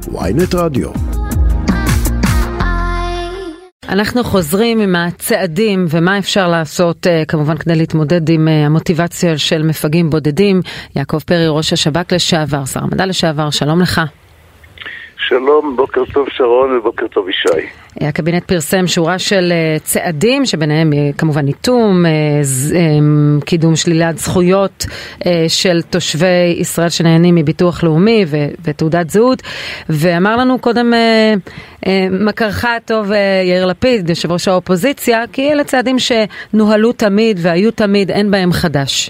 ynet רדיו. אנחנו חוזרים עם הצעדים ומה אפשר לעשות כמובן כדי להתמודד עם המוטיבציה של מפגעים בודדים. יעקב פרי, ראש השב"כ לשעבר, שר המדע לשעבר, שלום לך. שלום, בוקר טוב שרון ובוקר טוב ישי. הקבינט פרסם שורה של צעדים שביניהם כמובן איתום, קידום שלילת זכויות של תושבי ישראל שנהנים מביטוח לאומי ותעודת זהות, ואמר לנו קודם מכרך הטוב יאיר לפיד, יושב ראש האופוזיציה, כי אלה צעדים שנוהלו תמיד והיו תמיד, אין בהם חדש.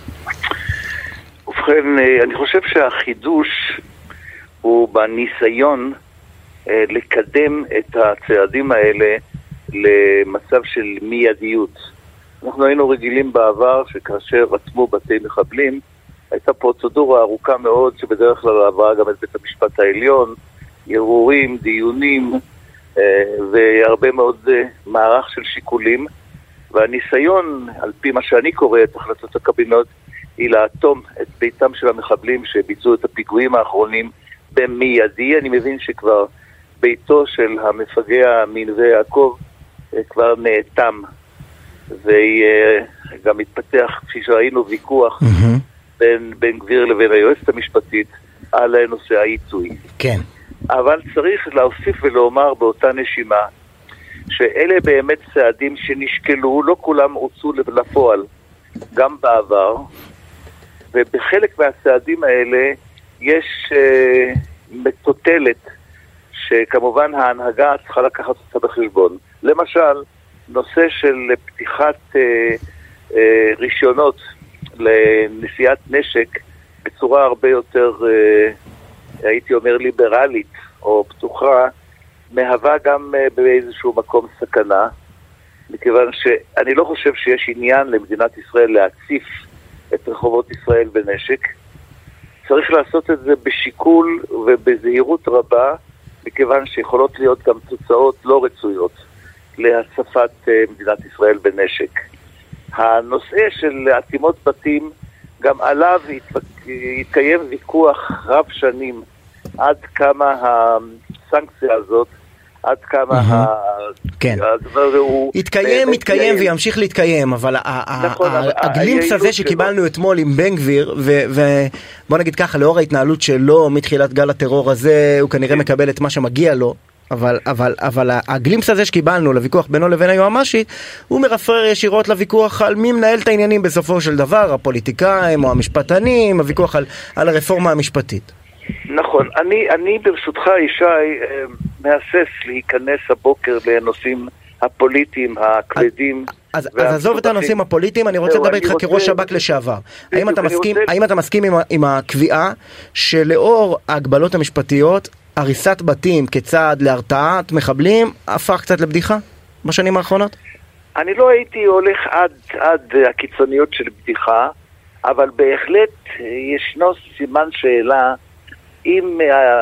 ובכן, אני חושב שהחידוש הוא בניסיון לקדם את הצעדים האלה למצב של מיידיות. אנחנו היינו רגילים בעבר שכאשר רתמו בתי מחבלים, הייתה פרוצדורה ארוכה מאוד שבדרך כלל עברה גם את בית המשפט העליון, ערעורים, דיונים והרבה מאוד מערך של שיקולים, והניסיון, על פי מה שאני קורא את החלטות הקבינט, היא לאטום את ביתם של המחבלים שביצעו את הפיגועים האחרונים במיידי. אני מבין שכבר ביתו של המפגע מנווה יעקב כבר נאטם, וגם התפתח, כפי שראינו, ויכוח בין גביר לבין היועצת המשפטית על נושא העיתוי. כן. אבל צריך להוסיף ולומר באותה נשימה שאלה באמת צעדים שנשקלו, לא כולם הוצאו לפועל גם בעבר, ובחלק מהצעדים האלה יש מטוטלת שכמובן ההנהגה צריכה לקחת אותה בחשבון. למשל, נושא של פתיחת רישיונות לנשיאת נשק בצורה הרבה יותר, הייתי אומר, ליברלית או פתוחה, מהווה גם באיזשהו מקום סכנה, מכיוון שאני לא חושב שיש עניין למדינת ישראל להציף את רחובות ישראל בנשק. צריך לעשות את זה בשיקול ובזהירות רבה, מכיוון שיכולות להיות גם תוצאות לא רצויות להצפת מדינת ישראל בנשק. הנושא של עצימות בתים, גם עליו יתקיים ויכוח רב שנים עד כמה הסנקציה הזאת, עד כמה הדבר הזה הוא... יתקיים וימשיך להתקיים, אבל הגלימפס הזה שקיבלנו אתמול עם בן גביר, ובוא נגיד ככה, לאור ההתנהלות שלו מתחילת גל הטרור הזה, הוא כנראה מקבל את מה שמגיע לו, אבל הגלימפס הזה שקיבלנו לוויכוח בינו לבין היועמ"שית, הוא מרפרר ישירות לוויכוח על מי מנהל את העניינים בסופו של דבר, הפוליטיקאים או המשפטנים, הוויכוח על הרפורמה המשפטית. נכון, אני ברשותך ישי מהסס להיכנס הבוקר לנושאים הפוליטיים הכבדים. אז עזוב את הנושאים הפוליטיים, אני רוצה לדבר איתך כראש שב"כ לשעבר. האם אתה מסכים עם הקביעה שלאור ההגבלות המשפטיות, הריסת בתים כצעד להרתעת מחבלים הפך קצת לבדיחה בשנים האחרונות? אני לא הייתי הולך עד הקיצוניות של בדיחה, אבל בהחלט ישנו סימן שאלה אם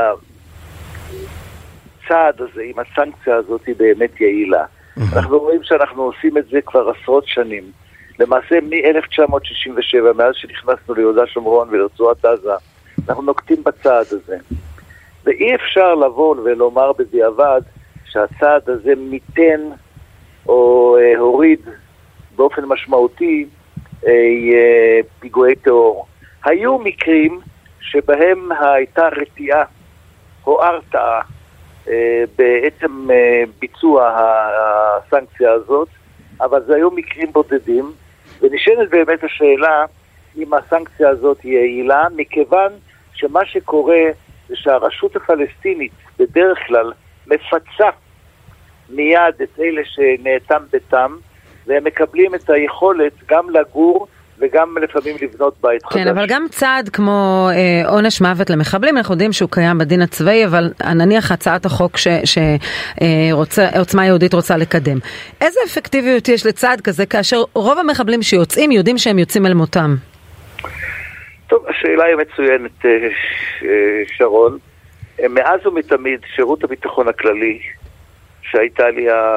הצעד הזה, אם הסנקציה הזאת היא באמת יעילה. אנחנו רואים שאנחנו עושים את זה כבר עשרות שנים. למעשה מ-1967, מאז שנכנסנו ליהודה שומרון ולרצועת עזה, אנחנו נוקטים בצעד הזה. ואי אפשר לבוא ולומר בדיעבד שהצעד הזה מיתן או הוריד באופן משמעותי פיגועי טרור. היו מקרים שבהם הייתה רתיעה או הרתעה בעצם ביצוע הסנקציה הזאת, אבל זה היו מקרים בודדים, ונשאלת באמת השאלה אם הסנקציה הזאת היא יעילה, מכיוון שמה שקורה זה שהרשות הפלסטינית בדרך כלל מפצה מיד את אלה שנאטם ביתם, והם מקבלים את היכולת גם לגור וגם לפעמים לבנות בית חדש. כן, אבל גם צעד כמו עונש מוות למחבלים, אנחנו יודעים שהוא קיים בדין הצבאי, אבל נניח הצעת החוק שעוצמה יהודית רוצה לקדם. איזה אפקטיביות יש לצעד כזה, כאשר רוב המחבלים שיוצאים יודעים שהם יוצאים אל מותם? טוב, השאלה היא מצוינת, שרון. מאז ומתמיד שירות הביטחון הכללי, שהייתה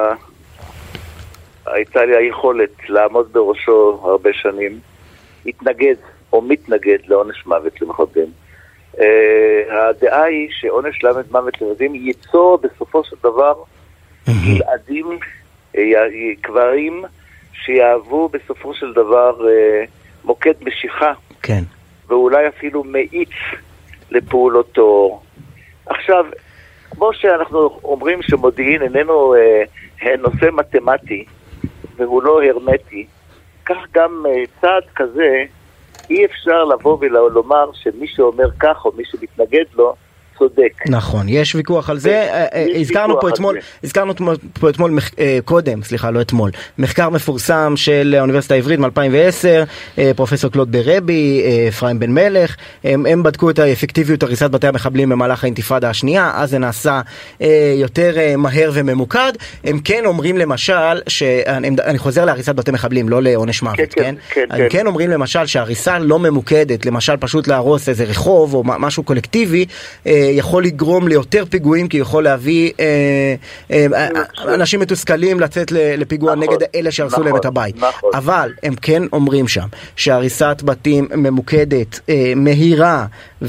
לי היכולת לעמוד בראשו הרבה שנים, התנגד או מתנגד לעונש מוות למחבלים. הדעה היא שעונש למד מוות לילדים ייצור בסופו של דבר ילדים, קברים שיהוו בסופו של דבר מוקד משיכה, כן. ואולי אפילו מאיץ לפעולותו. עכשיו, כמו שאנחנו אומרים שמודיעין איננו נושא מתמטי והוא לא הרמטי, כך גם צעד כזה אי אפשר לבוא ולומר שמי שאומר כך או מי שמתנגד לו צודק. נכון, יש ויכוח על זה. הזכרנו פה אתמול קודם, סליחה, לא אתמול, מחקר מפורסם של האוניברסיטה העברית מ-2010, פרופסור קלוד ברבי, אפרים בן מלך, הם בדקו את האפקטיביות הריסת בתי המחבלים במהלך האינתיפאדה השנייה, אז זה נעשה יותר מהר וממוקד. הם כן אומרים למשל, אני חוזר להריסת בתי מחבלים, לא לעונש מוות, כן? הם כן אומרים למשל שהריסה לא ממוקדת, למשל פשוט להרוס איזה רחוב או משהו קולקטיבי, יכול לגרום ליותר פיגועים, כי יכול להביא אנשים מתוסכלים לצאת לפיגוע נגד אלה שהרסו להם את הבית. אבל הם כן אומרים שם שהריסת בתים ממוקדת, מהירה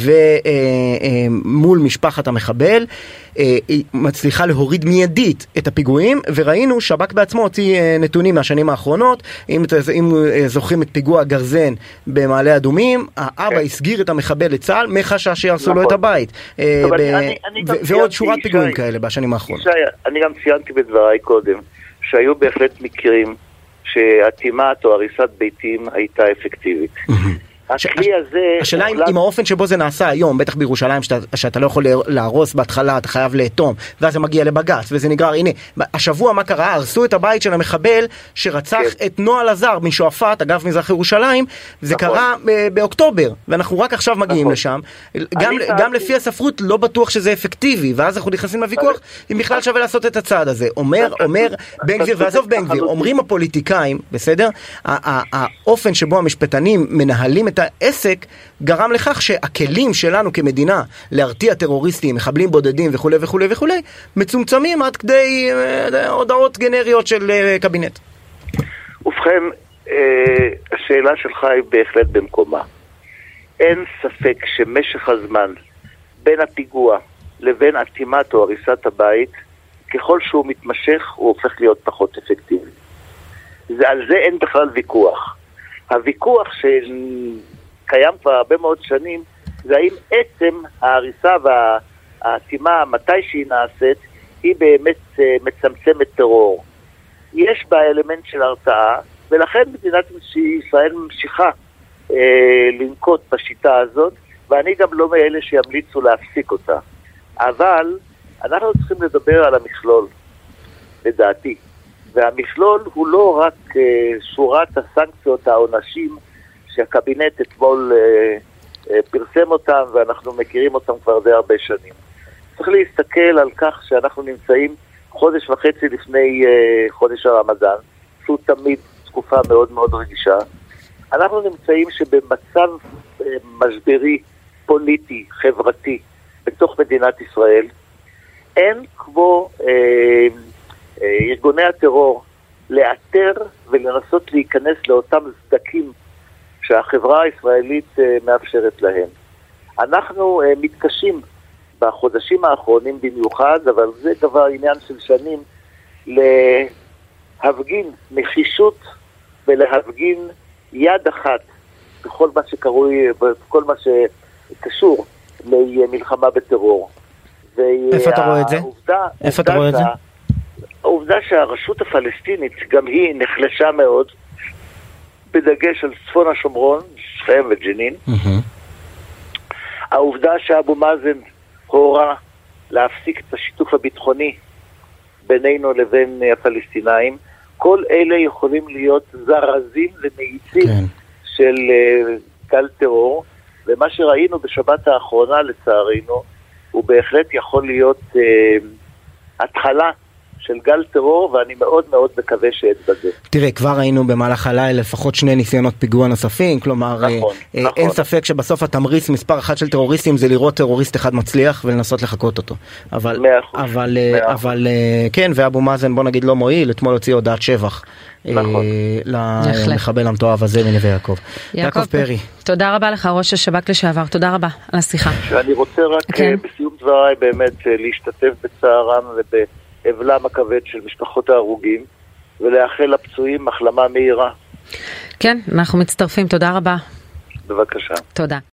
ומול משפחת המחבל, היא מצליחה להוריד מיידית את הפיגועים, וראינו שב"כ בעצמו הוציא נתונים מהשנים האחרונות. אם זוכרים את פיגוע גרזן במעלה אדומים, האבא הסגיר את המחבל לצה"ל מחשש שירסו לו את הבית, ועוד שורת פיגועים כאלה בשנים האחרונות. אני גם ציינתי בדבריי קודם שהיו בהחלט מקרים שהתימת או הריסת ביתים הייתה אפקטיבית. השאלה אם האופן שבו זה נעשה היום, בטח בירושלים, שאתה לא יכול להרוס בהתחלה, אתה חייב לאטום, ואז זה מגיע לבג"ץ, וזה נגרר. הנה, השבוע מה קרה? הרסו את הבית של המחבל שרצח את נועה לזר משועפאט, אגב מזרח ירושלים, זה קרה באוקטובר, ואנחנו רק עכשיו מגיעים לשם. גם לפי הספרות לא בטוח שזה אפקטיבי, ואז אנחנו נכנסים לוויכוח אם בכלל שווה לעשות את הצעד הזה. אומר בן גביר, ועזוב בן גביר, אומרים הפוליטיקאים, בסדר? האופן שבו המשפטנים מנהלים את העסק גרם לכך שהכלים שלנו כמדינה להרתיע טרוריסטים, מחבלים בודדים וכו' וכו' וכו' מצומצמים עד כדי הודעות גנריות של קבינט. ובכן, השאלה שלך היא בהחלט במקומה. אין ספק שמשך הזמן בין הפיגוע לבין אטימת או הריסת הבית, ככל שהוא מתמשך הוא הופך להיות פחות אפקטיבי. על זה אין בכלל ויכוח. הוויכוח שקיים כבר הרבה מאוד שנים, זה האם עצם ההריסה והאטימה, מתי שהיא נעשית, היא באמת מצמצמת טרור. יש בה אלמנט של הרתעה, ולכן מדינת ישראל ממשיכה לנקוט בשיטה הזאת, ואני גם לא מאלה שימליצו להפסיק אותה. אבל אנחנו צריכים לדבר על המכלול, לדעתי. והמכלול הוא לא רק שורת הסנקציות העונשים שהקבינט אתמול פרסם אותם, ואנחנו מכירים אותם כבר די הרבה שנים. צריך להסתכל על כך שאנחנו נמצאים חודש וחצי לפני חודש הרמדאן, שהוא תמיד תקופה מאוד מאוד רגישה. אנחנו נמצאים שבמצב משברי, פוליטי, חברתי, בתוך מדינת ישראל, אין כמו ארגוני הטרור לאתר ולנסות להיכנס לאותם סדקים שהחברה הישראלית מאפשרת להם. אנחנו מתקשים בחודשים האחרונים במיוחד, אבל זה כבר עניין של שנים, להפגין נחישות ולהפגין יד אחת בכל מה שקרוי, בכל מה שקשור למלחמה בטרור. איפה אתה רואה את זה? איפה אתה רואה את זה? העובדה שהרשות הפלסטינית גם היא נחלשה מאוד, בדגש על צפון השומרון, שכם וג'נין. העובדה שאבו מאזן הורה להפסיק את השיתוף הביטחוני בינינו לבין הפלסטינאים, כל אלה יכולים להיות זרזים ומאיצים של גל טרור, ומה שראינו בשבת האחרונה לצערנו, הוא בהחלט יכול להיות התחלה של גל טרור, ואני מאוד מאוד מקווה שאתבדה. תראה, כבר ראינו במהלך הלילה לפחות 2 ניסיונות פיגוע נוספים, כלומר, נכון. אין ספק שבסוף התמריץ מספר אחת של טרוריסטים זה לראות טרוריסט אחד מצליח ולנסות לחקות אותו. אבל כן, ואבו מאזן בוא נגיד לא מועיל, אתמול הוציא הודעת שבח. למחבל המתועב הזה מנווה יעקב. יעקב פרי. תודה רבה לך, ראש השב"כ לשעבר, תודה רבה על השיחה. שאני רוצה רק בסיום דבריי באמת להשתתף בצערם ובאבלם הכבד של משפחות ההרוגים, ולאחל לפצועים החלמה מהירה. כן, אנחנו מצטרפים, תודה רבה. בבקשה. תודה.